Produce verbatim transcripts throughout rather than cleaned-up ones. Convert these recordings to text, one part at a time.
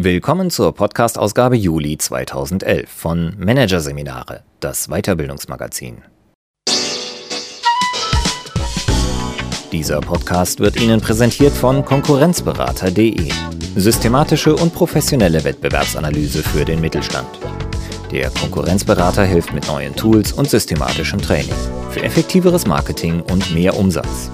Willkommen zur Podcast-Ausgabe Juli zweitausendelf von Managerseminare, das Weiterbildungsmagazin. Dieser Podcast wird Ihnen präsentiert von Konkurrenzberater punkt de. Systematische und professionelle Wettbewerbsanalyse für den Mittelstand. Der Konkurrenzberater hilft mit neuen Tools und systematischem Training für effektiveres Marketing und mehr Umsatz.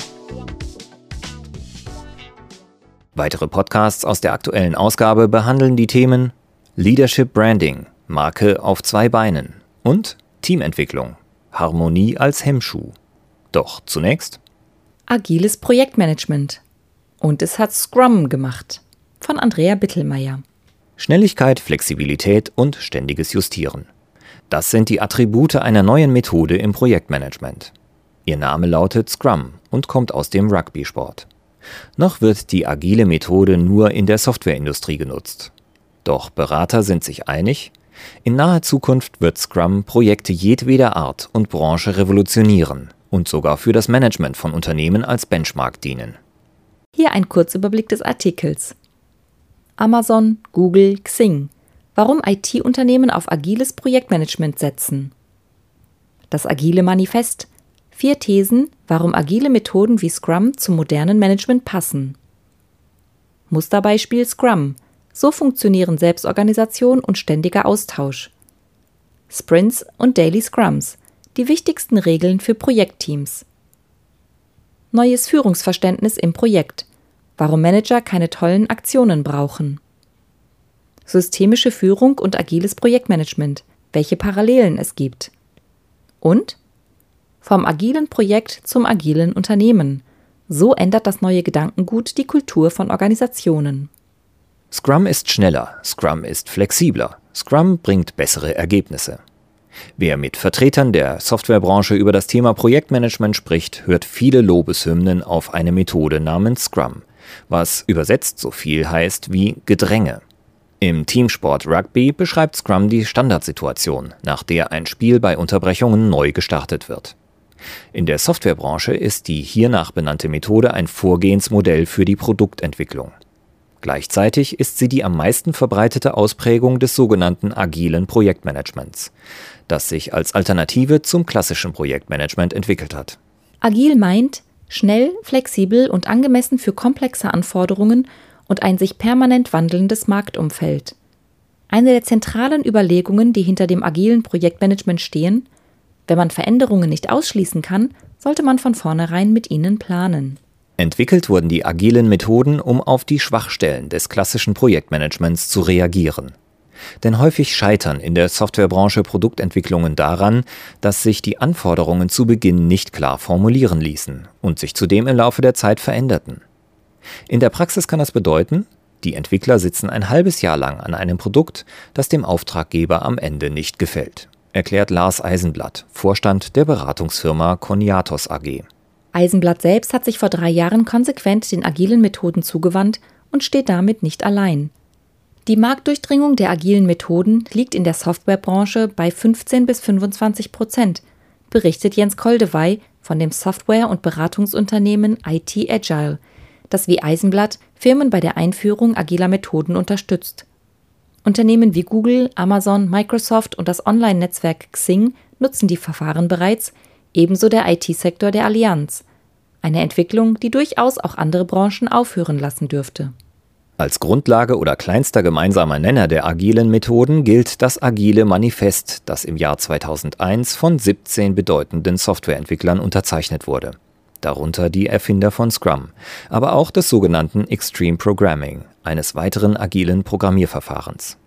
Weitere Podcasts aus der aktuellen Ausgabe behandeln die Themen Leadership Branding, Marke auf zwei Beinen und Teamentwicklung, Harmonie als Hemmschuh. Doch zunächst Agiles Projektmanagement. Und es hat Scrum gemacht. Von Andrea Bittelmeier. Schnelligkeit, Flexibilität und ständiges Justieren. Das sind die Attribute einer neuen Methode im Projektmanagement. Ihr Name lautet Scrum und kommt aus dem Rugby-Sport. Noch wird die agile Methode nur in der Softwareindustrie genutzt. Doch Berater sind sich einig, in naher Zukunft wird Scrum Projekte jedweder Art und Branche revolutionieren und sogar für das Management von Unternehmen als Benchmark dienen. Hier ein Kurzüberblick des Artikels. Amazon, Google, Xing. Warum I T-Unternehmen auf agiles Projektmanagement setzen. Das Agile Manifest. Vier Thesen, warum agile Methoden wie Scrum zum modernen Management passen. Musterbeispiel Scrum. So funktionieren Selbstorganisation und ständiger Austausch. Sprints und Daily Scrums. Die wichtigsten Regeln für Projektteams. Neues Führungsverständnis im Projekt. Warum Manager keine tollen Aktionen brauchen. Systemische Führung und agiles Projektmanagement. Welche Parallelen es gibt. Und vom agilen Projekt zum agilen Unternehmen. So ändert das neue Gedankengut die Kultur von Organisationen. Scrum ist schneller, Scrum ist flexibler, Scrum bringt bessere Ergebnisse. Wer mit Vertretern der Softwarebranche über das Thema Projektmanagement spricht, hört viele Lobeshymnen auf eine Methode namens Scrum, was übersetzt so viel heißt wie Gedränge. Im Teamsport Rugby beschreibt Scrum die Standardsituation, nach der ein Spiel bei Unterbrechungen neu gestartet wird. In der Softwarebranche ist die hiernach benannte Methode ein Vorgehensmodell für die Produktentwicklung. Gleichzeitig ist sie die am meisten verbreitete Ausprägung des sogenannten agilen Projektmanagements, das sich als Alternative zum klassischen Projektmanagement entwickelt hat. Agil meint schnell, flexibel und angemessen für komplexe Anforderungen und ein sich permanent wandelndes Marktumfeld. Eine der zentralen Überlegungen, die hinter dem agilen Projektmanagement stehen: Wenn man Veränderungen nicht ausschließen kann, sollte man von vornherein mit ihnen planen. Entwickelt wurden die agilen Methoden, um auf die Schwachstellen des klassischen Projektmanagements zu reagieren. Denn häufig scheitern in der Softwarebranche Produktentwicklungen daran, dass sich die Anforderungen zu Beginn nicht klar formulieren ließen und sich zudem im Laufe der Zeit veränderten. In der Praxis kann das bedeuten, die Entwickler sitzen ein halbes Jahr lang an einem Produkt, das dem Auftraggeber am Ende nicht gefällt, erklärt Lars Eisenblatt, Vorstand der Beratungsfirma Koniatos A G. Eisenblatt selbst hat sich vor drei Jahren konsequent den agilen Methoden zugewandt und steht damit nicht allein. Die Marktdurchdringung der agilen Methoden liegt in der Softwarebranche bei fünfzehn bis fünfundzwanzig Prozent, berichtet Jens Koldewey von dem Software- und Beratungsunternehmen I T Agile, das wie Eisenblatt Firmen bei der Einführung agiler Methoden unterstützt. Unternehmen wie Google, Amazon, Microsoft und das Online-Netzwerk Xing nutzen die Verfahren bereits, ebenso der I T-Sektor der Allianz. Eine Entwicklung, die durchaus auch andere Branchen aufhören lassen dürfte. Als Grundlage oder kleinster gemeinsamer Nenner der agilen Methoden gilt das Agile Manifest, das im Jahr zweitausendeins von siebzehn bedeutenden Softwareentwicklern unterzeichnet wurde. Darunter die Erfinder von Scrum, aber auch des sogenannten Extreme Programming, eines weiteren agilen Programmierverfahrens.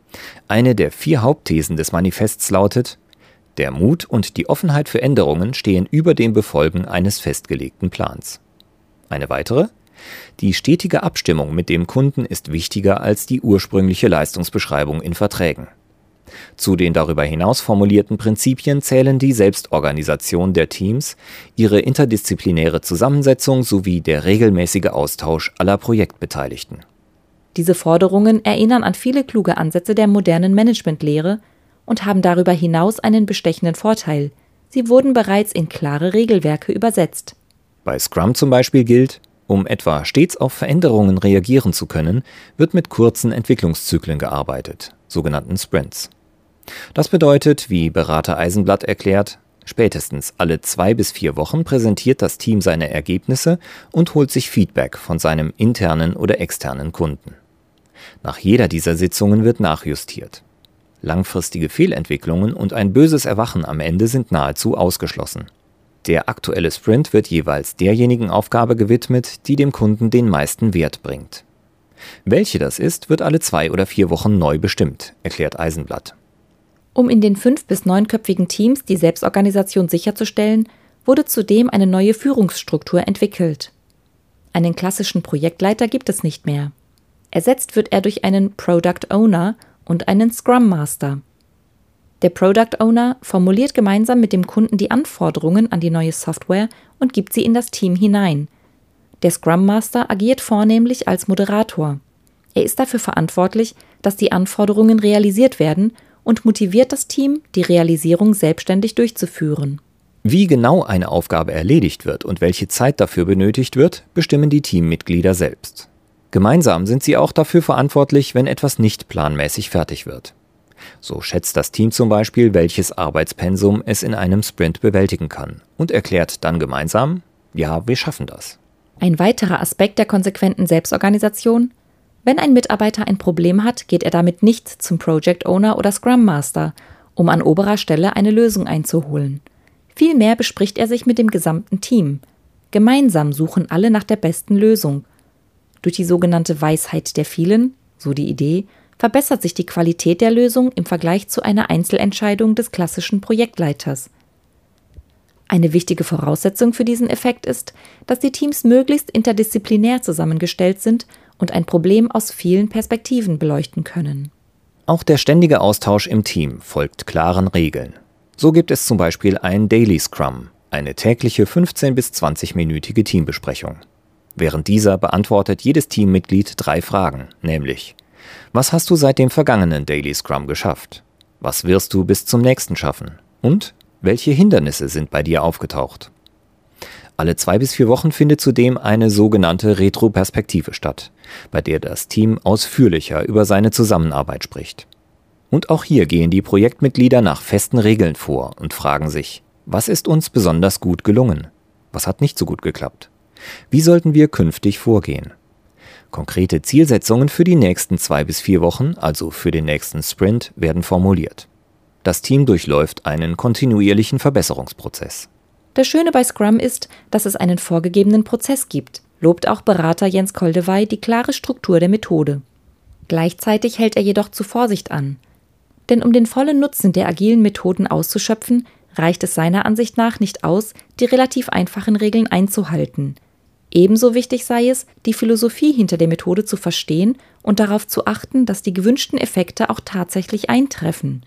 Eine der vier Hauptthesen des Manifests lautet: Der Mut und die Offenheit für Änderungen stehen über dem Befolgen eines festgelegten Plans. Eine weitere: Die stetige Abstimmung mit dem Kunden ist wichtiger als die ursprüngliche Leistungsbeschreibung in Verträgen. Zu den darüber hinaus formulierten Prinzipien zählen die Selbstorganisation der Teams, ihre interdisziplinäre Zusammensetzung sowie der regelmäßige Austausch aller Projektbeteiligten. Diese Forderungen erinnern an viele kluge Ansätze der modernen Managementlehre und haben darüber hinaus einen bestechenden Vorteil: Sie wurden bereits in klare Regelwerke übersetzt. Bei Scrum zum Beispiel gilt: Um etwa stets auf Veränderungen reagieren zu können, wird mit kurzen Entwicklungszyklen gearbeitet, sogenannten Sprints. Das bedeutet, wie Berater Eisenblatt erklärt, spätestens alle zwei bis vier Wochen präsentiert das Team seine Ergebnisse und holt sich Feedback von seinem internen oder externen Kunden. Nach jeder dieser Sitzungen wird nachjustiert. Langfristige Fehlentwicklungen und ein böses Erwachen am Ende sind nahezu ausgeschlossen. Der aktuelle Sprint wird jeweils derjenigen Aufgabe gewidmet, die dem Kunden den meisten Wert bringt. Welche das ist, wird alle zwei oder vier Wochen neu bestimmt, erklärt Eisenblatt. Um in den fünf- bis neunköpfigen Teams die Selbstorganisation sicherzustellen, wurde zudem eine neue Führungsstruktur entwickelt. Einen klassischen Projektleiter gibt es nicht mehr. Ersetzt wird er durch einen Product Owner und einen Scrum Master. Der Product Owner formuliert gemeinsam mit dem Kunden die Anforderungen an die neue Software und gibt sie in das Team hinein. Der Scrum Master agiert vornehmlich als Moderator. Er ist dafür verantwortlich, dass die Anforderungen realisiert werden und motiviert das Team, die Realisierung selbstständig durchzuführen. Wie genau eine Aufgabe erledigt wird und welche Zeit dafür benötigt wird, bestimmen die Teammitglieder selbst. Gemeinsam sind sie auch dafür verantwortlich, wenn etwas nicht planmäßig fertig wird. So schätzt das Team zum Beispiel, welches Arbeitspensum es in einem Sprint bewältigen kann und erklärt dann gemeinsam, ja, wir schaffen das. Ein weiterer Aspekt der konsequenten Selbstorganisation: Wenn ein Mitarbeiter ein Problem hat, geht er damit nicht zum Project Owner oder Scrum Master, um an oberer Stelle eine Lösung einzuholen. Vielmehr bespricht er sich mit dem gesamten Team. Gemeinsam suchen alle nach der besten Lösung. Durch die sogenannte Weisheit der Vielen, so die Idee, verbessert sich die Qualität der Lösung im Vergleich zu einer Einzelentscheidung des klassischen Projektleiters. Eine wichtige Voraussetzung für diesen Effekt ist, dass die Teams möglichst interdisziplinär zusammengestellt sind und ein Problem aus vielen Perspektiven beleuchten können. Auch der ständige Austausch im Team folgt klaren Regeln. So gibt es zum Beispiel ein Daily Scrum, eine tägliche fünfzehn- bis zwanzig-minütige Teambesprechung. Während dieser beantwortet jedes Teammitglied drei Fragen, nämlich: Was hast du seit dem vergangenen Daily Scrum geschafft? Was wirst du bis zum nächsten schaffen? Und welche Hindernisse sind bei dir aufgetaucht? Alle zwei bis vier Wochen findet zudem eine sogenannte Retroperspektive statt, bei der das Team ausführlicher über seine Zusammenarbeit spricht. Und auch hier gehen die Projektmitglieder nach festen Regeln vor und fragen sich: Was ist uns besonders gut gelungen? Was hat nicht so gut geklappt? Wie sollten wir künftig vorgehen? Konkrete Zielsetzungen für die nächsten zwei bis vier Wochen, also für den nächsten Sprint, werden formuliert. Das Team durchläuft einen kontinuierlichen Verbesserungsprozess. Das Schöne bei Scrum ist, dass es einen vorgegebenen Prozess gibt, lobt auch Berater Jens Koldewey die klare Struktur der Methode. Gleichzeitig hält er jedoch zu Vorsicht an. Denn um den vollen Nutzen der agilen Methoden auszuschöpfen, reicht es seiner Ansicht nach nicht aus, die relativ einfachen Regeln einzuhalten. Ebenso wichtig sei es, die Philosophie hinter der Methode zu verstehen und darauf zu achten, dass die gewünschten Effekte auch tatsächlich eintreffen.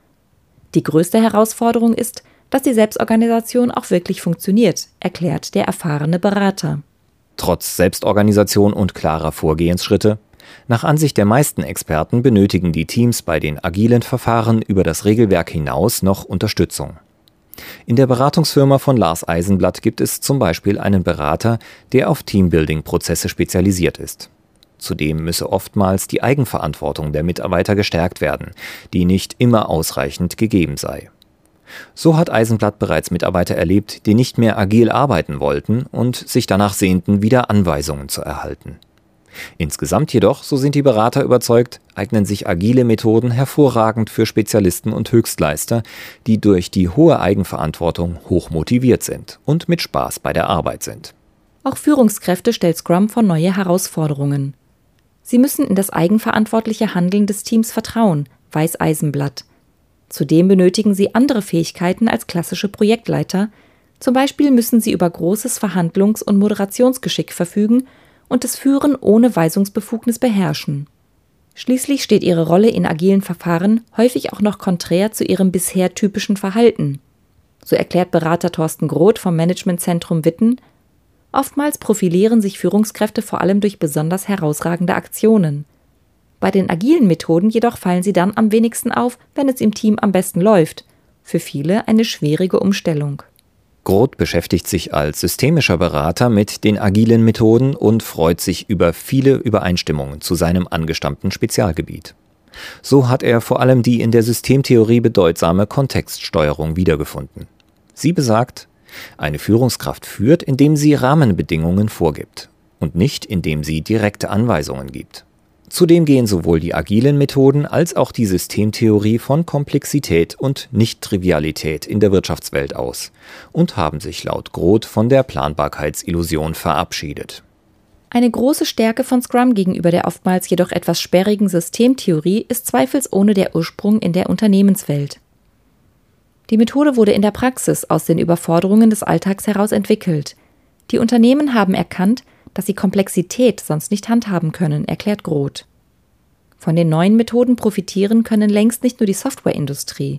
Die größte Herausforderung ist, dass die Selbstorganisation auch wirklich funktioniert, erklärt der erfahrene Berater. Trotz Selbstorganisation und klarer Vorgehensschritte: Nach Ansicht der meisten Experten benötigen die Teams bei den agilen Verfahren über das Regelwerk hinaus noch Unterstützung. In der Beratungsfirma von Lars Eisenblatt gibt es zum Beispiel einen Berater, der auf Teambuilding-Prozesse spezialisiert ist. Zudem müsse oftmals die Eigenverantwortung der Mitarbeiter gestärkt werden, die nicht immer ausreichend gegeben sei. So hat Eisenblatt bereits Mitarbeiter erlebt, die nicht mehr agil arbeiten wollten und sich danach sehnten, wieder Anweisungen zu erhalten. Insgesamt jedoch, so sind die Berater überzeugt, eignen sich agile Methoden hervorragend für Spezialisten und Höchstleister, die durch die hohe Eigenverantwortung hoch motiviert sind und mit Spaß bei der Arbeit sind. Auch Führungskräfte stellt Scrum vor neue Herausforderungen. Sie müssen in das eigenverantwortliche Handeln des Teams vertrauen, weiß Eisenblatt. Zudem benötigen sie andere Fähigkeiten als klassische Projektleiter. Zum Beispiel müssen sie über großes Verhandlungs- und Moderationsgeschick verfügen und das Führen ohne Weisungsbefugnis beherrschen. Schließlich steht ihre Rolle in agilen Verfahren häufig auch noch konträr zu ihrem bisher typischen Verhalten. So erklärt Berater Thorsten Groth vom Managementzentrum Witten: Oftmals profilieren sich Führungskräfte vor allem durch besonders herausragende Aktionen. Bei den agilen Methoden jedoch fallen sie dann am wenigsten auf, wenn es im Team am besten läuft. Für viele eine schwierige Umstellung. Groth beschäftigt sich als systemischer Berater mit den agilen Methoden und freut sich über viele Übereinstimmungen zu seinem angestammten Spezialgebiet. So hat er vor allem die in der Systemtheorie bedeutsame Kontextsteuerung wiedergefunden. Sie besagt, eine Führungskraft führt, indem sie Rahmenbedingungen vorgibt und nicht indem sie direkte Anweisungen gibt. Zudem gehen sowohl die agilen Methoden als auch die Systemtheorie von Komplexität und Nicht-Trivialität in der Wirtschaftswelt aus und haben sich laut Groth von der Planbarkeitsillusion verabschiedet. Eine große Stärke von Scrum gegenüber der oftmals jedoch etwas sperrigen Systemtheorie ist zweifelsohne der Ursprung in der Unternehmenswelt. Die Methode wurde in der Praxis aus den Überforderungen des Alltags heraus entwickelt. Die Unternehmen haben erkannt, dass sie Komplexität sonst nicht handhaben können, erklärt Groth. Von den neuen Methoden profitieren können längst nicht nur die Softwareindustrie.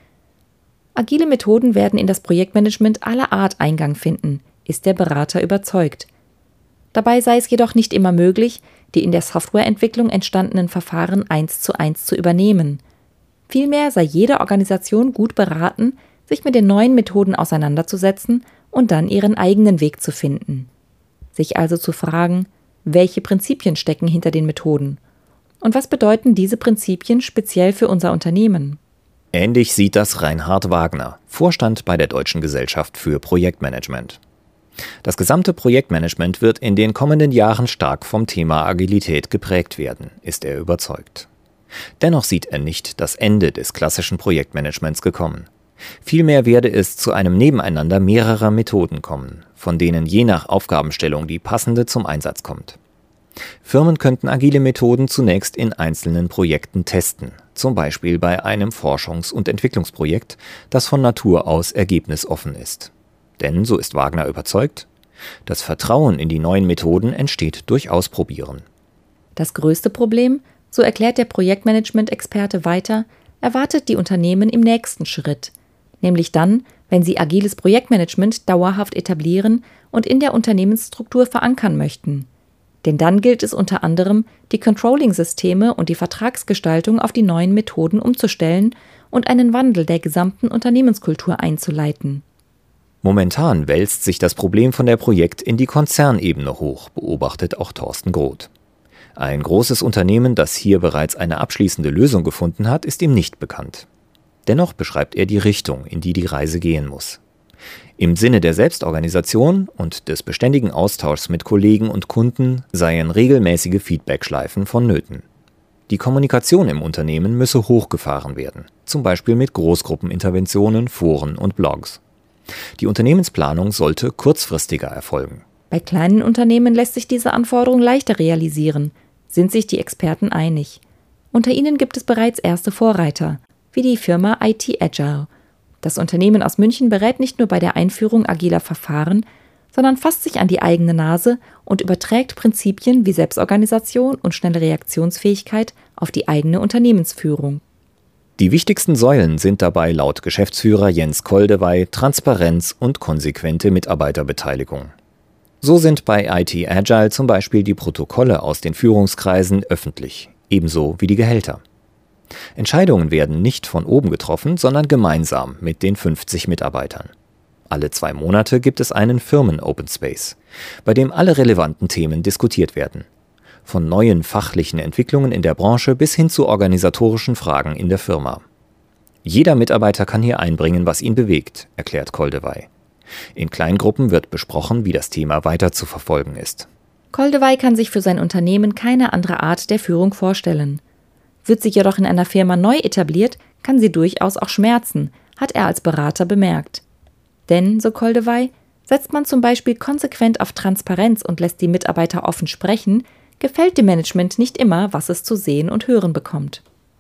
Agile Methoden werden in das Projektmanagement aller Art Eingang finden, ist der Berater überzeugt. Dabei sei es jedoch nicht immer möglich, die in der Softwareentwicklung entstandenen Verfahren eins zu eins zu übernehmen. Vielmehr sei jede Organisation gut beraten, sich mit den neuen Methoden auseinanderzusetzen und dann ihren eigenen Weg zu finden. Sich also zu fragen, welche Prinzipien stecken hinter den Methoden und was bedeuten diese Prinzipien speziell für unser Unternehmen? Ähnlich sieht das Reinhard Wagner, Vorstand bei der Deutschen Gesellschaft für Projektmanagement. Das gesamte Projektmanagement wird in den kommenden Jahren stark vom Thema Agilität geprägt werden, ist er überzeugt. Dennoch sieht er nicht das Ende des klassischen Projektmanagements gekommen. Vielmehr werde es zu einem Nebeneinander mehrerer Methoden kommen, von denen je nach Aufgabenstellung die passende zum Einsatz kommt. Firmen könnten agile Methoden zunächst in einzelnen Projekten testen, zum Beispiel bei einem Forschungs- und Entwicklungsprojekt, das von Natur aus ergebnisoffen ist. Denn, so ist Wagner überzeugt, das Vertrauen in die neuen Methoden entsteht durch Ausprobieren. Das größte Problem, so erklärt der Projektmanagement-Experte weiter, erwartet die Unternehmen im nächsten Schritt, nämlich dann, wenn sie agiles Projektmanagement dauerhaft etablieren und in der Unternehmensstruktur verankern möchten. Denn dann gilt es unter anderem, die Controlling-Systeme und die Vertragsgestaltung auf die neuen Methoden umzustellen und einen Wandel der gesamten Unternehmenskultur einzuleiten. Momentan wälzt sich das Problem von der Projekt- in die Konzernebene hoch, beobachtet auch Thorsten Groth. Ein großes Unternehmen, das hier bereits eine abschließende Lösung gefunden hat, ist ihm nicht bekannt. Dennoch beschreibt er die Richtung, in die die Reise gehen muss. Im Sinne der Selbstorganisation und des beständigen Austauschs mit Kollegen und Kunden seien regelmäßige Feedbackschleifen vonnöten. Die Kommunikation im Unternehmen müsse hochgefahren werden, zum Beispiel mit Großgruppeninterventionen, Foren und Blogs. Die Unternehmensplanung sollte kurzfristiger erfolgen. Bei kleinen Unternehmen lässt sich diese Anforderung leichter realisieren, sind sich die Experten einig. Unter ihnen gibt es bereits erste Vorreiter, wie die Firma I T Agile. Das Unternehmen aus München berät nicht nur bei der Einführung agiler Verfahren, sondern fasst sich an die eigene Nase und überträgt Prinzipien wie Selbstorganisation und schnelle Reaktionsfähigkeit auf die eigene Unternehmensführung. Die wichtigsten Säulen sind dabei laut Geschäftsführer Jens Koldewey Transparenz und konsequente Mitarbeiterbeteiligung. So sind bei I T Agile zum Beispiel die Protokolle aus den Führungskreisen öffentlich, ebenso wie die Gehälter. Entscheidungen werden nicht von oben getroffen, sondern gemeinsam mit den fünfzig Mitarbeitern. Alle zwei Monate gibt es einen Firmen-Open Space, bei dem alle relevanten Themen diskutiert werden. Von neuen fachlichen Entwicklungen in der Branche bis hin zu organisatorischen Fragen in der Firma. Jeder Mitarbeiter kann hier einbringen, was ihn bewegt, erklärt Koldewey. In Kleingruppen wird besprochen, wie das Thema weiter zu verfolgen ist. Koldewey kann sich für sein Unternehmen keine andere Art der Führung vorstellen. Wird sie jedoch in einer Firma neu etabliert, kann sie durchaus auch schmerzen, hat er als Berater bemerkt. Denn, so Koldewey, setzt man zum Beispiel konsequent auf Transparenz und lässt die Mitarbeiter offen sprechen, gefällt dem Management nicht immer, was es zu sehen und hören bekommt.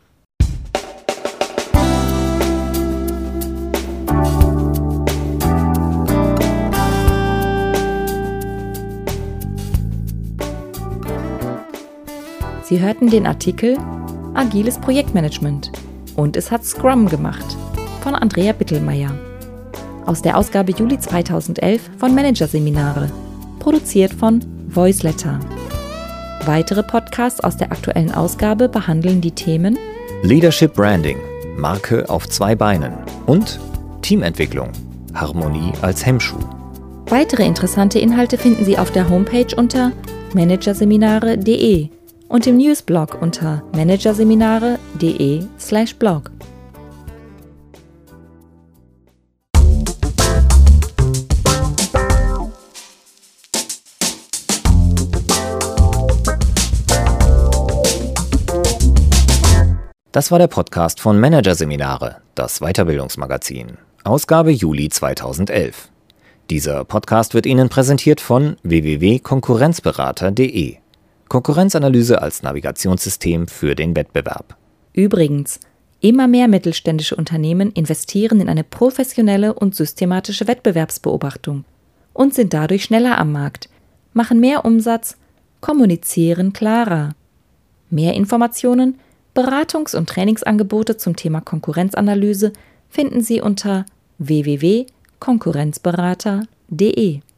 Sie hörten den Artikel Agiles Projektmanagement und es hat Scrum gemacht von Andrea Bittelmeier aus der Ausgabe Juli zweitausendelf von Managerseminare, produziert von Voiceletter. Weitere Podcasts aus der aktuellen Ausgabe behandeln die Themen Leadership Branding, Marke auf zwei Beinen und Teamentwicklung. Harmonie als Hemmschuh. Weitere interessante Inhalte finden Sie auf der Homepage unter managerseminare punkt de und im Newsblog unter managerseminare punkt de slash blog. Das war der Podcast von Managerseminare, das Weiterbildungsmagazin, Ausgabe Juli zweitausendelf. Dieser Podcast wird Ihnen präsentiert von w w w punkt konkurrenzberater punkt de. Konkurrenzanalyse als Navigationssystem für den Wettbewerb. Übrigens, immer mehr mittelständische Unternehmen investieren in eine professionelle und systematische Wettbewerbsbeobachtung und sind dadurch schneller am Markt, machen mehr Umsatz, kommunizieren klarer. Mehr Informationen, Beratungs- und Trainingsangebote zum Thema Konkurrenzanalyse finden Sie unter w w w punkt konkurrenzberater punkt de.